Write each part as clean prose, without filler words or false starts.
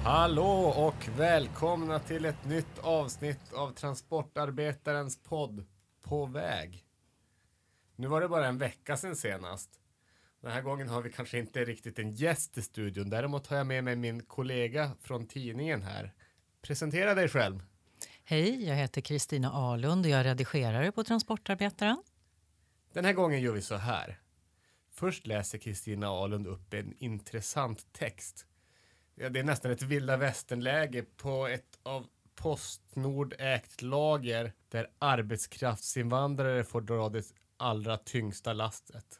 Hallå och välkomna till ett nytt avsnitt av Transportarbetarens podd På väg. Nu var det bara en vecka sedan senast. Den här gången har vi kanske inte riktigt en gäst i studion. Däremot har jag med mig min kollega från tidningen här. Presentera dig själv. Hej, jag heter Kristina Ahlund och jag är redigerare på Transportarbetaren. Den här gången gör vi så här. Först läser Kristina Ahlund upp en intressant text. Ja, det är nästan ett vilda västernläge på ett av Postnord ägt lager där arbetskraftsinvandrare får dra det allra tyngsta lastet.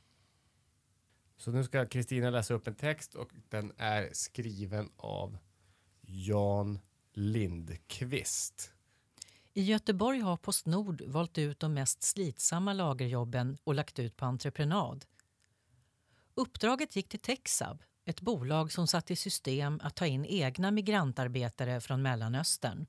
Så nu ska Kristina läsa upp en text och den är skriven av Jan Lindqvist. I Göteborg har Postnord valt ut de mest slitsamma lagerjobben och lagt ut på entreprenad. Uppdraget gick till Texab, ett bolag som satt i system att ta in egna migrantarbetare från Mellanöstern.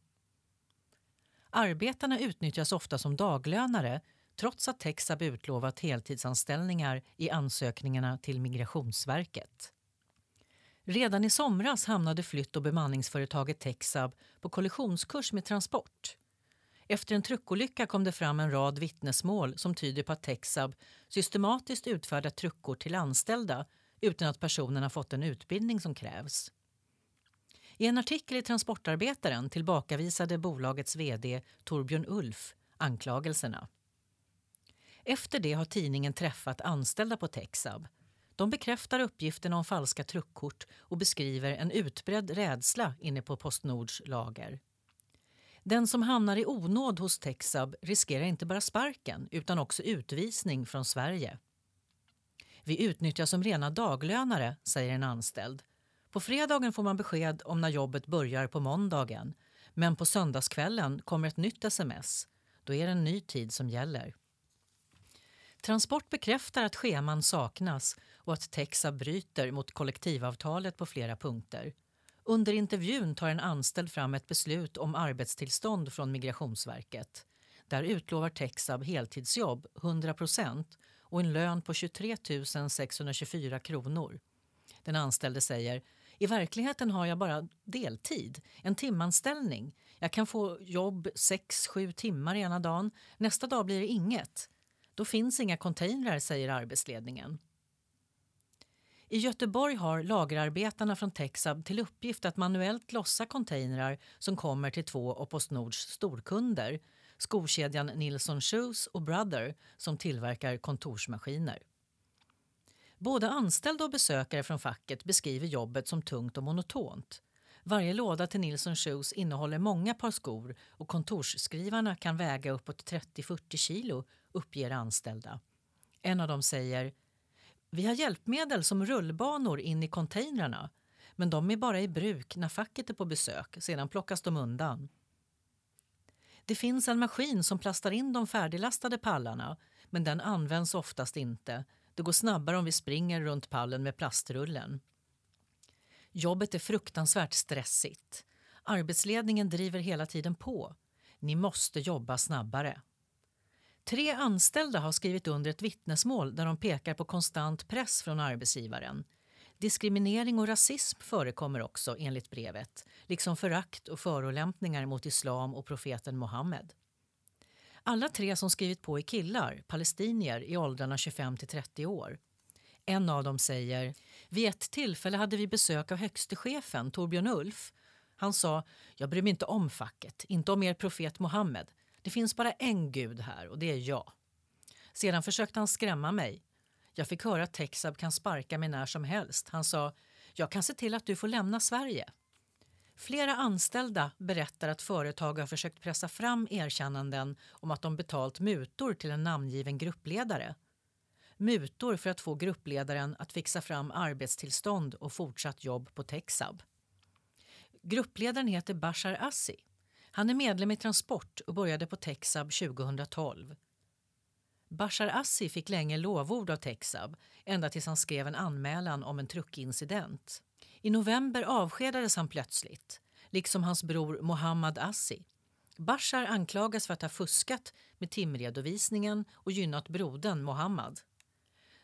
Arbetarna utnyttjas ofta som daglönare trots att Texab utlovat heltidsanställningar i ansökningarna till Migrationsverket. Redan i somras hamnade flytt- och bemanningsföretaget Texab på kollisionskurs med Transport. Efter en truckolycka kom det fram en rad vittnesmål som tyder på att Texab systematiskt utfärdat truckor till anställda utan att personerna fått den utbildning som krävs. I en artikel i Transportarbetaren tillbakavisade bolagets vd Torbjörn Ulf anklagelserna. Efter det har tidningen träffat anställda på Texab. De bekräftar uppgifterna om falska truckkort och beskriver en utbredd rädsla inne på Postnords lager. Den som hamnar i onåd hos Texab riskerar inte bara sparken utan också utvisning från Sverige. Vi utnyttjas som rena daglönare, säger en anställd. På fredagen får man besked om när jobbet börjar på måndagen. Men på söndagskvällen kommer ett nytt sms. Då är det en ny tid som gäller. Transport bekräftar att scheman saknas och att Texab bryter mot kollektivavtalet på flera punkter. Under intervjun tar en anställd fram ett beslut om arbetstillstånd från Migrationsverket. Där utlovar Texab heltidsjobb 100% och en lön på 23 624 kronor. Den anställde säger, i verkligheten har jag bara deltid, en timanställning. Jag kan få jobb 6-7 timmar ena dagen, nästa dag blir det inget. Då finns inga containrar, säger arbetsledningen. I Göteborg har lagerarbetarna från Texab till uppgift att manuellt lossa containrar som kommer till 2 av Postnords storkunder, skokedjan Nilsson Shoes och Brother som tillverkar kontorsmaskiner. Både anställda och besökare från facket beskriver jobbet som tungt och monotont. Varje låda till Nilsson Shoes innehåller många par skor och kontorsskrivarna kan väga uppåt 30-40 kilo, uppger anställda. En av dem säger, vi har hjälpmedel som rullbanor in i containrarna, men de är bara i bruk när facket är på besök, sedan plockas de undan. Det finns en maskin som plastar in de färdiglastade pallarna, men den används oftast inte. Det går snabbare om vi springer runt pallen med plastrullen. Jobbet är fruktansvärt stressigt. Arbetsledningen driver hela tiden på. Ni måste jobba snabbare. 3 anställda har skrivit under ett vittnesmål där de pekar på konstant press från arbetsgivaren. Diskriminering och rasism förekommer också enligt brevet, liksom förakt och förolämpningar mot islam och profeten Mohammed. Alla 3 som skrivit på är killar, palestinier i åldrarna 25-30 år. En av dem säger, vid ett tillfälle hade vi besök av högste chefen, Torbjörn Ulf. Han sa, jag bryr mig inte om facket, inte om er profet Mohammed. Det finns bara en gud här och det är jag. Sedan försökte han skrämma mig. Jag fick höra att Texab kan sparka mig när som helst. Han sa, jag kan se till att du får lämna Sverige. Flera anställda berättar att företag har försökt pressa fram erkännanden om att de betalt mutor till en namngiven gruppledare. Mutor för att få gruppledaren att fixa fram arbetstillstånd och fortsatt jobb på Texab. Gruppledaren heter Bashar Assi. Han är medlem i Transport och började på Texab 2012. Bashar Assi fick länge lovord av Texab, ända tills han skrev en anmälan om en truckincident. I november avskedades han plötsligt, liksom hans bror Mohammad Assi. Bashar anklagas för att ha fuskat med timredovisningen och gynnat brodern Mohammad.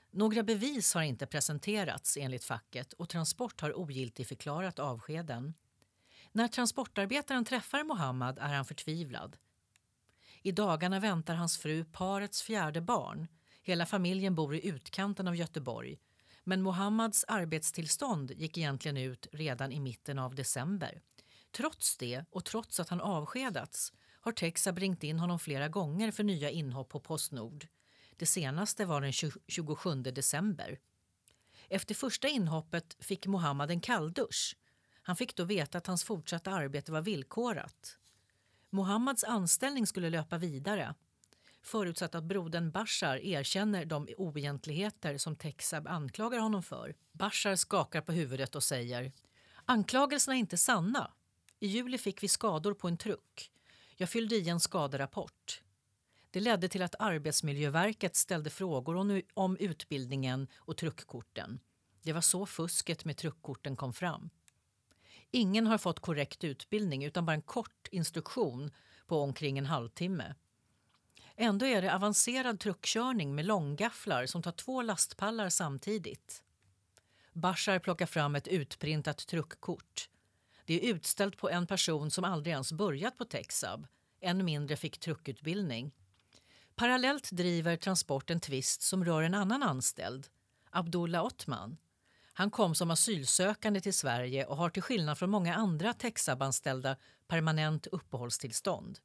Några bevis har inte presenterats enligt facket och Transport har ogiltigförklarat avskeden. När transportarbetaren träffar Mohammad är han förtvivlad. I dagarna väntar hans fru parets 4:e barn. Hela familjen bor i utkanten av Göteborg. Men Mohammads arbetstillstånd gick egentligen ut redan i mitten av december. Trots det och trots att han avskedats har Texab ringt in honom flera gånger för nya inhopp på Postnord. Det senaste var den 27 december. Efter första inhoppet fick Mohammad en kalldusch. Han fick då veta att hans fortsatta arbete var villkorat. Mohammads anställning skulle löpa vidare, förutsatt att brodern Bashar erkänner de oegentligheter som Texab anklagar honom för. Bashar skakar på huvudet och säger: "Anklagelserna är inte sanna. I juli fick vi skador på en truck. Jag fyllde i en skaderapport. Det ledde till att Arbetsmiljöverket ställde frågor om utbildningen och truckkorten. Det var så fusket med truckkorten kom fram. Ingen har fått korrekt utbildning utan bara en kort instruktion på omkring en halvtimme. Ändå är det avancerad truckkörning med långgafflar som tar 2 lastpallar samtidigt." Bashar plockar fram ett utprintat truckkort. Det är utställt på en person som aldrig ens börjat på Texab, än mindre fick truckutbildning. Parallellt driver Transport en tvist som rör en annan anställd, Abdullah Othman. Han kom som asylsökande till Sverige och har till skillnad från många andra Texab-anställda permanent uppehållstillstånd.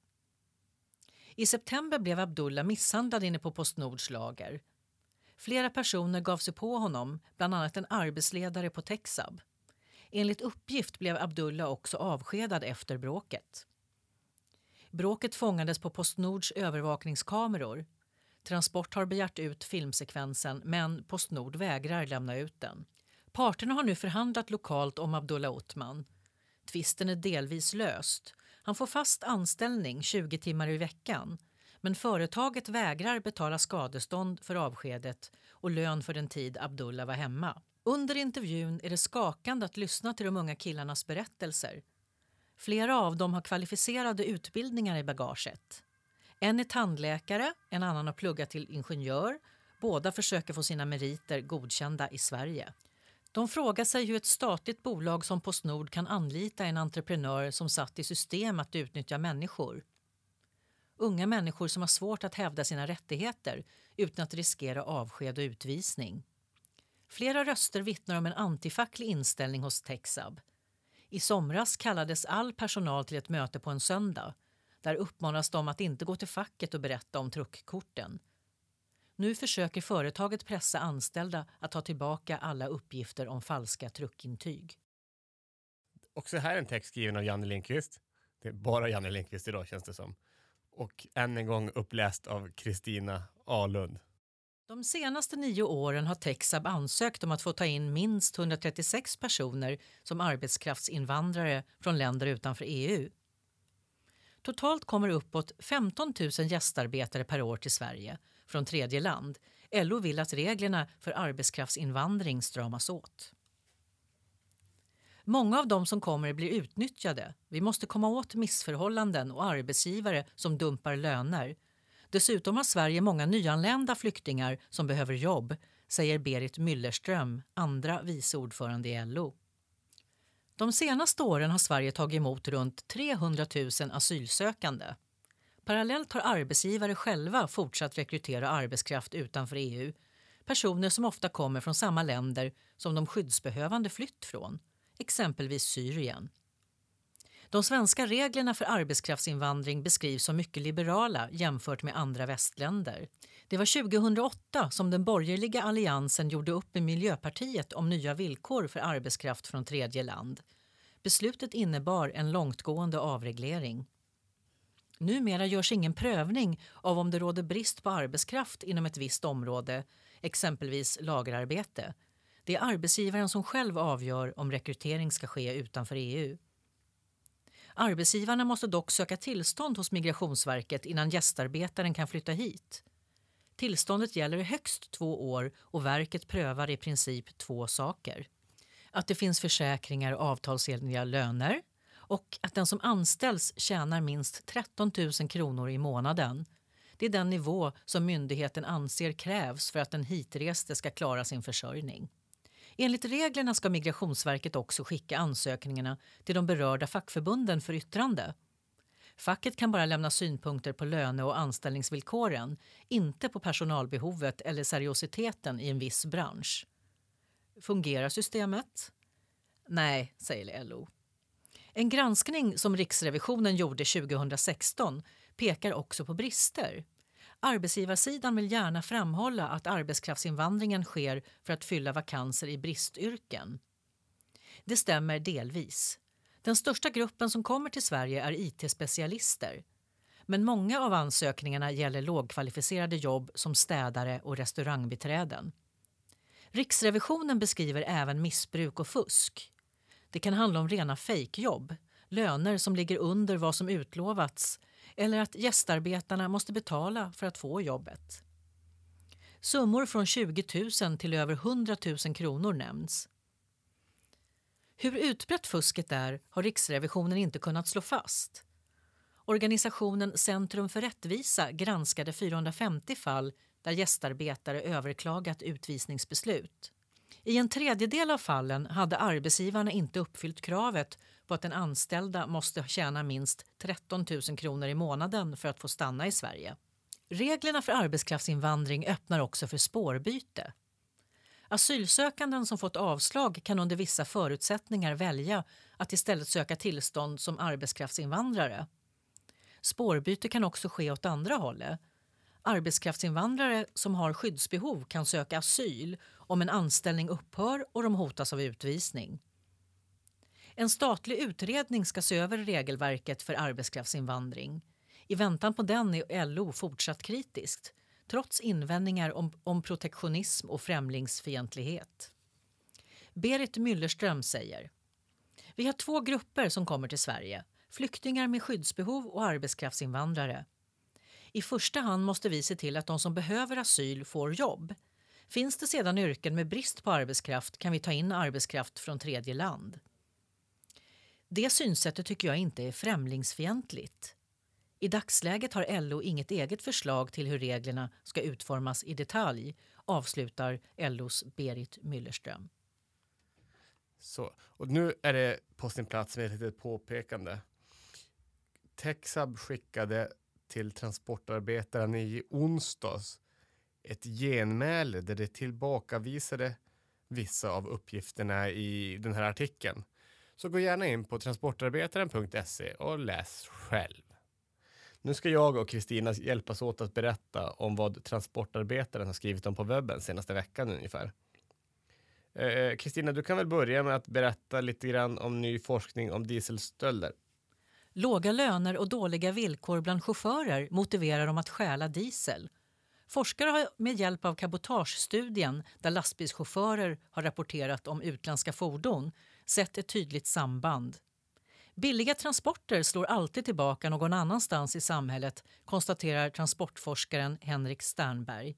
I september blev Abdullah misshandlad inne på Postnords lager. Flera personer gav sig på honom, bland annat en arbetsledare på Texab. Enligt uppgift blev Abdullah också avskedad efter bråket. Bråket fångades på Postnords övervakningskameror. Transport har begärt ut filmsekvensen, men Postnord vägrar lämna ut den. Parterna har nu förhandlat lokalt om Abdullah Othman. Tvisten är delvis löst. Han får fast anställning 20 timmar i veckan, men företaget vägrar betala skadestånd för avskedet och lön för den tid Abdullah var hemma. Under intervjun är det skakande att lyssna till de unga killarnas berättelser. Flera av dem har kvalificerade utbildningar i bagaget. En är tandläkare, en annan har pluggat till ingenjör. Båda försöker få sina meriter godkända i Sverige. De frågar sig hur ett statligt bolag som Postnord kan anlita en entreprenör som satt i system att utnyttja människor. Unga människor som har svårt att hävda sina rättigheter utan att riskera avsked och utvisning. Flera röster vittnar om en antifacklig inställning hos Texab. I somras kallades all personal till ett möte på en söndag. Där uppmanas de att inte gå till facket och berätta om truckkorten. Nu försöker företaget pressa anställda att ta tillbaka alla uppgifter om falska truckintyg. Också här en text skriven av Janne Lindqvist. Det är bara Janne Lindqvist idag, känns det som. Och än en gång uppläst av Kristina Ahlund. De senaste 9 åren har Texab ansökt om att få ta in minst 136 personer som arbetskraftsinvandrare från länder utanför EU. Totalt kommer uppåt 15 000 gästarbetare per år till Sverige från tredje land. LO vill att reglerna för arbetskraftsinvandring stramas åt. Många av de som kommer blir utnyttjade. Vi måste komma åt missförhållanden och arbetsgivare som dumpar löner. Dessutom har Sverige många nyanlända flyktingar som behöver jobb, säger Berit Müllerström, andra vice ordförande i LO. De senaste åren har Sverige tagit emot runt 300 000 asylsökande. Parallellt har arbetsgivare själva fortsatt rekrytera arbetskraft utanför EU. Personer som ofta kommer från samma länder som de skyddsbehövande flytt från, exempelvis Syrien. De svenska reglerna för arbetskraftsinvandring beskrivs som mycket liberala jämfört med andra västländer. Det var 2008 som den borgerliga alliansen gjorde upp med Miljöpartiet om nya villkor för arbetskraft från tredje land. Beslutet innebar en långtgående avreglering. Numera görs ingen prövning av om det råder brist på arbetskraft inom ett visst område, exempelvis lagerarbete. Det är arbetsgivaren som själv avgör om rekrytering ska ske utanför EU. Arbetsgivarna måste dock söka tillstånd hos Migrationsverket innan gästarbetaren kan flytta hit. Tillståndet gäller i högst 2 år och verket prövar i princip 2 saker. Att det finns försäkringar och avtalsenliga löner och att den som anställs tjänar minst 13 000 kronor i månaden. Det är den nivå som myndigheten anser krävs för att den hitreste ska klara sin försörjning. Enligt reglerna ska Migrationsverket också skicka ansökningarna till de berörda fackförbunden för yttrande. Facket kan bara lämna synpunkter på löne- och anställningsvillkoren, inte på personalbehovet eller seriositeten i en viss bransch. Fungerar systemet? Nej, säger LO. En granskning som Riksrevisionen gjorde 2016 pekar också på brister. Arbetsgivarsidan vill gärna framhålla att arbetskraftsinvandringen sker för att fylla vakanser i bristyrken. Det stämmer delvis. Den största gruppen som kommer till Sverige är IT-specialister. Men många av ansökningarna gäller lågkvalificerade jobb som städare och restaurangbiträden. Riksrevisionen beskriver även missbruk och fusk. Det kan handla om rena fejkjobb, löner som ligger under vad som utlovats eller att gästarbetarna måste betala för att få jobbet. Summor från 20 000 till över 100 000 kronor nämns. Hur utbrett fusket är har Riksrevisionen inte kunnat slå fast. Organisationen Centrum för rättvisa granskade 450 fall där gästarbetare överklagat utvisningsbeslut. I en tredjedel av fallen hade arbetsgivarna inte uppfyllt kravet på att den anställda måste tjäna minst 13 000 kronor i månaden för att få stanna i Sverige. Reglerna för arbetskraftsinvandring öppnar också för spårbyte. Asylsökanden som fått avslag kan under vissa förutsättningar välja att istället söka tillstånd som arbetskraftsinvandrare. Spårbyte kan också ske åt andra hållet. Arbetskraftsinvandrare som har skyddsbehov kan söka asyl om en anställning upphör och de hotas av utvisning. En statlig utredning ska se över regelverket för arbetskraftsinvandring. I väntan på den är LO fortsatt kritiskt, trots invändningar om protektionism och främlingsfientlighet. Berit Müllerström säger: Vi har 2 grupper som kommer till Sverige, flyktingar med skyddsbehov och arbetskraftsinvandrare. I första hand måste vi se till att de som behöver asyl får jobb. Finns det sedan yrken med brist på arbetskraft kan vi ta in arbetskraft från tredje land. Det synsättet tycker jag inte är främlingsfientligt. I dagsläget har LO inget eget förslag till hur reglerna ska utformas i detalj, avslutar LOs Berit Müllerström. Så, och nu är det på sin plats med ett litet påpekande. TechSub skickade till transportarbetaren i onsdags ett genmäle där det tillbakavisade vissa av uppgifterna i den här artikeln. Så gå gärna in på transportarbetaren.se och läs själv. Nu ska jag och Kristina hjälpas åt att berätta om vad Transportarbetaren har skrivit om på webben senaste veckan ungefär. Kristina, du kan väl börja med att berätta lite grann om ny forskning om dieselstölder. Låga löner och dåliga villkor bland chaufförer motiverar dem att stjäla diesel. Forskare har med hjälp av cabotagestudien, där lastbilschaufförer har rapporterat om utländska fordon, sett ett tydligt samband. Billiga transporter slår alltid tillbaka någon annanstans i samhället, konstaterar transportforskaren Henrik Sternberg.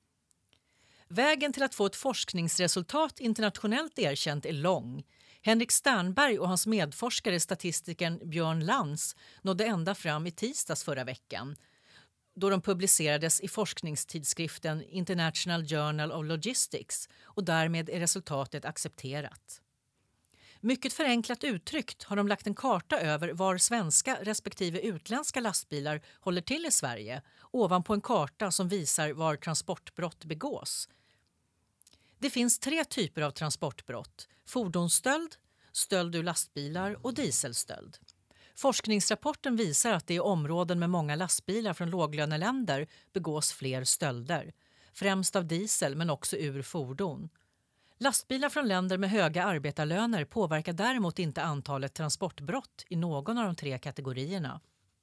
Vägen till att få ett forskningsresultat internationellt erkänt är lång. Henrik Sternberg och hans medforskare, statistikern Björn Lantz, nådde ända fram i tisdags förra veckan, då de publicerades i forskningstidskriften International Journal of Logistics, och därmed är resultatet accepterat. Mycket förenklat uttryckt har de lagt en karta över var svenska respektive utländska lastbilar håller till i Sverige, ovanpå en karta som visar var transportbrott begås. Det finns 3 typer av transportbrott: fordonsstöld, stöld ur lastbilar och dieselstöld. Forskningsrapporten visar att det i områden med många lastbilar från låglöneländer begås fler stölder, främst av diesel men också ur fordon. Lastbilar från länder med höga arbetarlöner påverkar däremot inte antalet transportbrott i någon av de 3 kategorierna.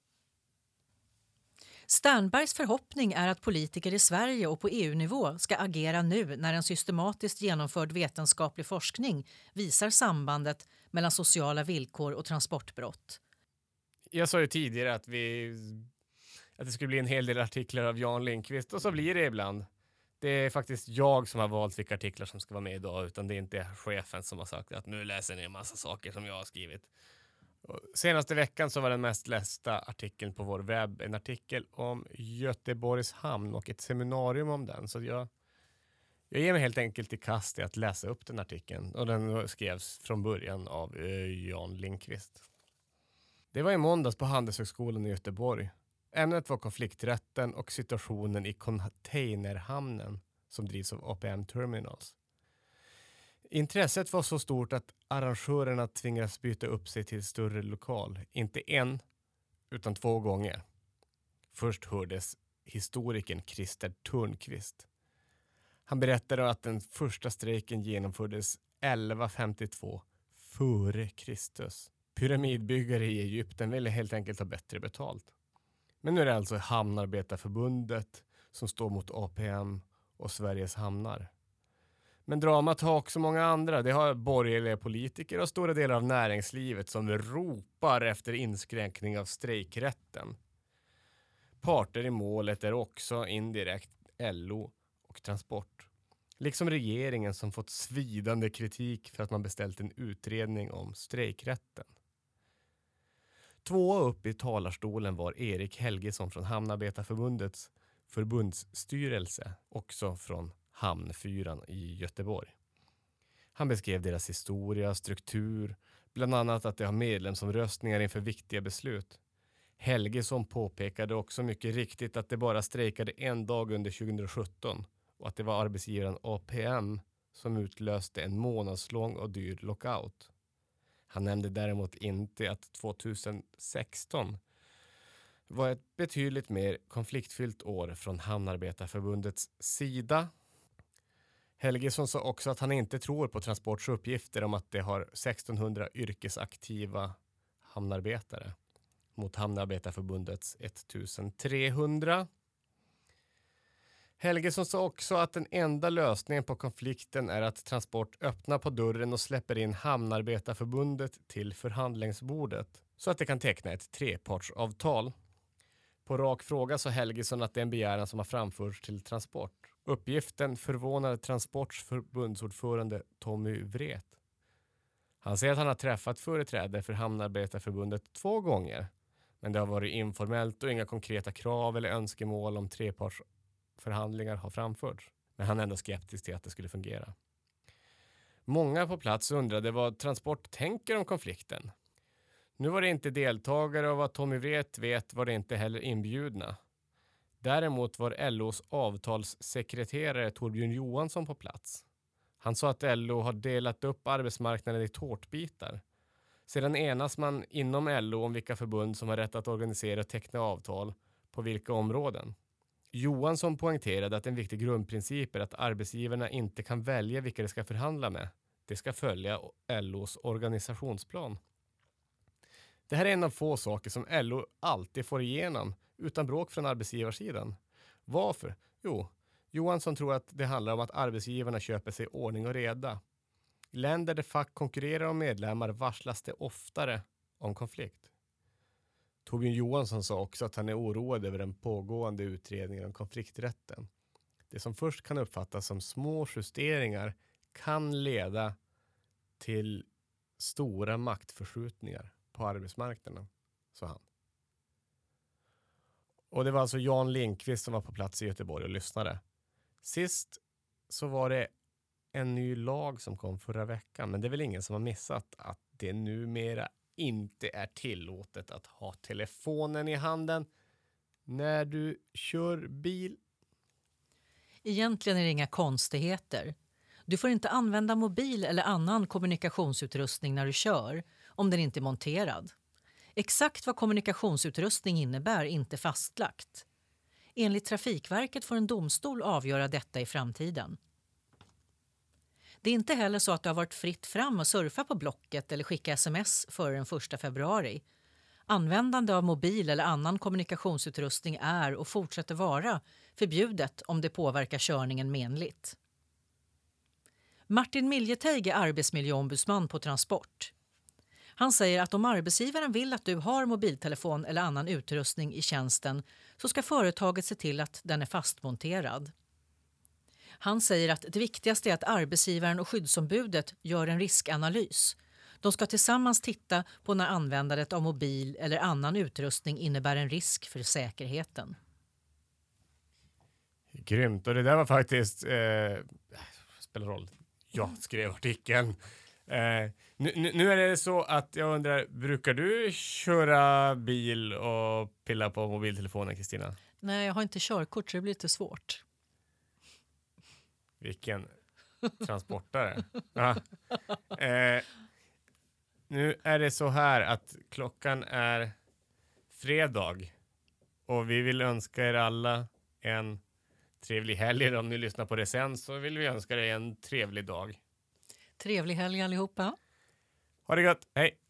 Sternbergs förhoppning är att politiker i Sverige och på EU-nivå ska agera nu när en systematiskt genomförd vetenskaplig forskning visar sambandet mellan sociala villkor och transportbrott. Jag sa ju tidigare att det skulle bli en hel del artiklar av Jan Lindqvist, och så blir det ibland. Det är faktiskt jag som har valt vilka artiklar som ska vara med idag, utan det är inte chefen som har sagt att nu läser ni en massa saker som jag har skrivit. Senaste veckan så var den mest lästa artikeln på vår webb en artikel om Göteborgs hamn och ett seminarium om den. Så jag ger mig helt enkelt i kast i att läsa upp den artikeln. Och den skrevs från början av Jan Lindqvist. Det var i måndags på Handelshögskolan i Göteborg. Ämnet var konflikträtten och situationen i containerhamnen som drivs av APM Terminals. Intresset var så stort att arrangörerna tvingades byta upp sig till större lokal. Inte en, utan 2 gånger. Först hördes historikern Christer Törnqvist. Han berättade att den första strejken genomfördes 1152 före Kristus. Pyramidbyggare i Egypten ville helt enkelt ha bättre betalt. Men nu är det alltså Hamnarbetarförbundet som står mot APM och Sveriges hamnar. Men dramat har också många andra. Det har borgerliga politiker och stora delar av näringslivet som ropar efter inskränkning av strejkrätten. Parter i målet är också indirekt LO och Transport. Liksom regeringen som fått svidande kritik för att man beställt en utredning om strejkrätten. 2 upp i talarstolen var Erik Helgesson från Hamnarbetarförbundets förbundsstyrelse, också från Hamnfyran i Göteborg. Han beskrev deras historia, struktur, bland annat att de har medlemsomröstningar inför viktiga beslut. Helgesson påpekade också mycket riktigt att det bara strejkade en dag under 2017 och att det var arbetsgivaren APM som utlöste en månadslång och dyr lockout. Han nämnde däremot inte att 2016 var ett betydligt mer konfliktfyllt år från Hamnarbetarförbundets sida. Helgesson sa också att han inte tror på Transports uppgifter om att det har 1600 yrkesaktiva hamnarbetare mot Hamnarbetarförbundets 1300. Helgesson sa också att den enda lösningen på konflikten är att Transport öppnar på dörren och släpper in Hamnarbetarförbundet till förhandlingsbordet så att det kan teckna ett trepartsavtal. På rak fråga sa Helgesson att det är en begäran som har framförts till Transport. Uppgiften förvånade Transports förbundsordförande Tommy Wret. Han säger att han har träffat företrädare för Hamnarbetarförbundet 2 gånger. Men det har varit informellt och inga konkreta krav eller önskemål om trepartsförhandlingar har framförts. Men han är ändå skeptisk till att det skulle fungera. Många på plats undrade vad Transport tänker om konflikten. Nu var det inte deltagare och vad Tommy vet var det inte heller inbjudna. Däremot var LOs avtalssekreterare Torbjörn Johansson på plats. Han sa att LO har delat upp arbetsmarknaden i tårtbitar. Sedan enas man inom LO om vilka förbund som har rätt att organisera och teckna avtal på vilka områden. Johansson poängterade att en viktig grundprincip är att arbetsgivarna inte kan välja vilka de ska förhandla med. Det ska följa LOs organisationsplan. Det här är en av få saker som LO alltid får igenom utan bråk från arbetsgivarsidan. Varför? Jo, Johansson tror att det handlar om att arbetsgivarna köper sig ordning och reda. I länder där fack konkurrerar om medlemmar varslas det oftare om konflikt. Torbjörn Johansson sa också att han är oroad över den pågående utredningen om konflikträtten. Det som först kan uppfattas som små justeringar kan leda till stora maktförskjutningar på arbetsmarknaden, sa han. Och det var alltså Jan Lindqvist som var på plats i Göteborg och lyssnade. Sist så var det en ny lag som kom förra veckan, men det är väl ingen som har missat att det numera inte är tillåtet att ha telefonen i handen när du kör bil. Egentligen är det inga konstigheter. Du får inte använda mobil eller annan kommunikationsutrustning när du kör om den inte är monterad. Exakt vad kommunikationsutrustning innebär är inte fastlagt. Enligt Trafikverket får en domstol avgöra detta i framtiden. Det är inte heller så att det har varit fritt fram att surfa på Blocket eller skicka sms före den 1 februari. Användande av mobil eller annan kommunikationsutrustning är och fortsätter vara förbjudet om det påverkar körningen menligt. Martin Miljeteig är arbetsmiljöombudsman på Transport. Han säger att om arbetsgivaren vill att du har mobiltelefon eller annan utrustning i tjänsten så ska företaget se till att den är fastmonterad. Han säger att det viktigaste är att arbetsgivaren och skyddsombudet gör en riskanalys. De ska tillsammans titta på när användandet av mobil eller annan utrustning innebär en risk för säkerheten. Grymt. Och det där var faktiskt... spelar roll. Jag skrev artikeln. Nu är det så att jag undrar, brukar du köra bil och pilla på mobiltelefonen, Kristina? Nej, jag har inte körkort så det blir lite svårt. Vilken transportare. Nu är det så här att klockan är fredag och vi vill önska er alla en trevlig helg. Om ni lyssnar på det sen så vill vi önska dig en trevlig dag. Trevlig helg allihopa. Ha det gott, hej!